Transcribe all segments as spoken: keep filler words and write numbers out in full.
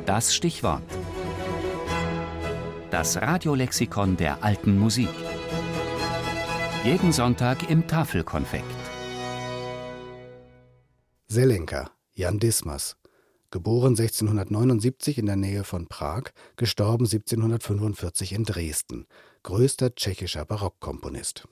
Das Stichwort. Das Radiolexikon der alten Musik. Jeden Sonntag im Tafelkonfekt. Zelenka, Jan Dismas. Geboren sechzehnhundertneunundsiebzig in der Nähe von Prag, gestorben siebzehnhundertfünfundvierzig in Dresden. Größter tschechischer Barockkomponist.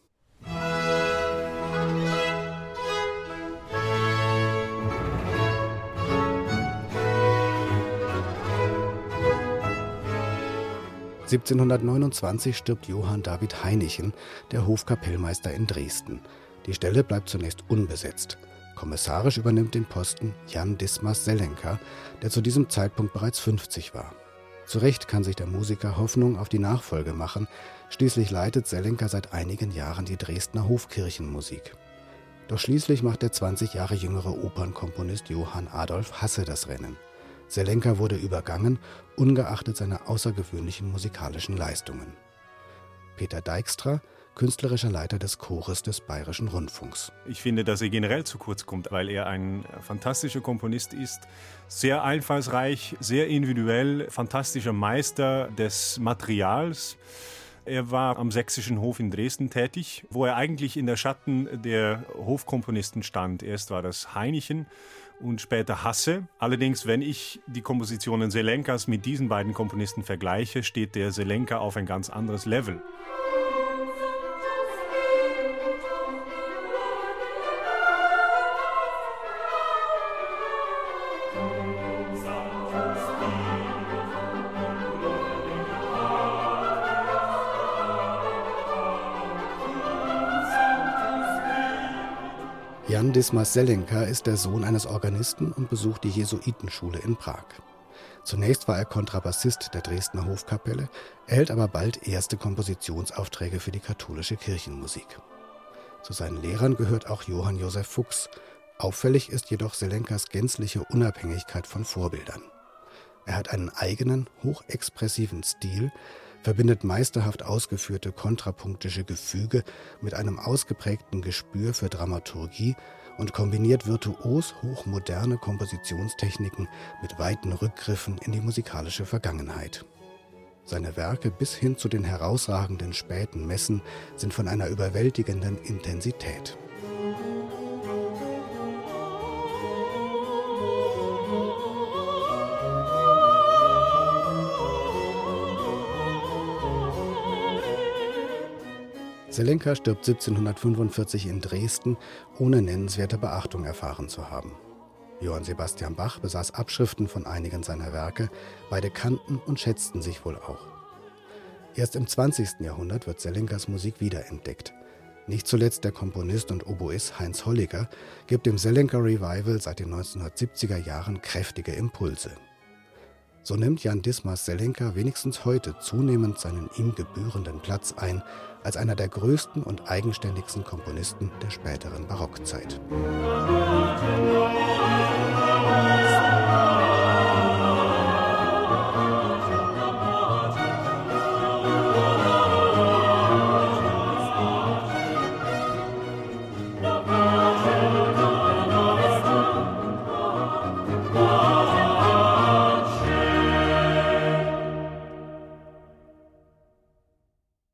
siebzehnhundertneunundzwanzig stirbt Johann David Heinichen, der Hofkapellmeister in Dresden. Die Stelle bleibt zunächst unbesetzt. Kommissarisch übernimmt den Posten Jan Dismas Zelenka, der zu diesem Zeitpunkt bereits fünfzig war. Zu Recht kann sich der Musiker Hoffnung auf die Nachfolge machen. Schließlich leitet Zelenka seit einigen Jahren die Dresdner Hofkirchenmusik. Doch schließlich macht der zwanzig Jahre jüngere Opernkomponist Johann Adolf Hasse das Rennen. Zelenka wurde übergangen, ungeachtet seiner außergewöhnlichen musikalischen Leistungen. Peter Dijkstra, künstlerischer Leiter des Chores des Bayerischen Rundfunks. Ich finde, dass er generell zu kurz kommt, weil er ein fantastischer Komponist ist, sehr einfallsreich, sehr individuell, fantastischer Meister des Materials. Er war am Sächsischen Hof in Dresden tätig, wo er eigentlich in der Schatten der Hofkomponisten stand. Erst war das Heinichen und später Hasse. Allerdings, wenn ich die Kompositionen Zelenkas mit diesen beiden Komponisten vergleiche, steht der Zelenka auf ein ganz anderes Level. Jan Dismas Zelenka ist der Sohn eines Organisten und besucht die Jesuitenschule in Prag. Zunächst war er Kontrabassist der Dresdner Hofkapelle, erhält aber bald erste Kompositionsaufträge für die katholische Kirchenmusik. Zu seinen Lehrern gehört auch Johann Joseph Fuchs. Auffällig ist jedoch Zelenkas gänzliche Unabhängigkeit von Vorbildern. Er hat einen eigenen, hochexpressiven Stil, verbindet meisterhaft ausgeführte kontrapunktische Gefüge mit einem ausgeprägten Gespür für Dramaturgie und kombiniert virtuos hochmoderne Kompositionstechniken mit weiten Rückgriffen in die musikalische Vergangenheit. Seine Werke bis hin zu den herausragenden späten Messen sind von einer überwältigenden Intensität. Zelenka stirbt siebzehnhundertfünfundvierzig in Dresden, ohne nennenswerte Beachtung erfahren zu haben. Johann Sebastian Bach besaß Abschriften von einigen seiner Werke, beide kannten und schätzten sich wohl auch. Erst im zwanzigsten Jahrhundert wird Zelenkas Musik wiederentdeckt. Nicht zuletzt der Komponist und Oboist Heinz Holliger gibt dem Zelenka Revival seit den neunzehnhundertsiebziger Jahren kräftige Impulse. So nimmt Jan Dismas Zelenka wenigstens heute zunehmend seinen ihm gebührenden Platz ein, als einer der größten und eigenständigsten Komponisten der späteren Barockzeit.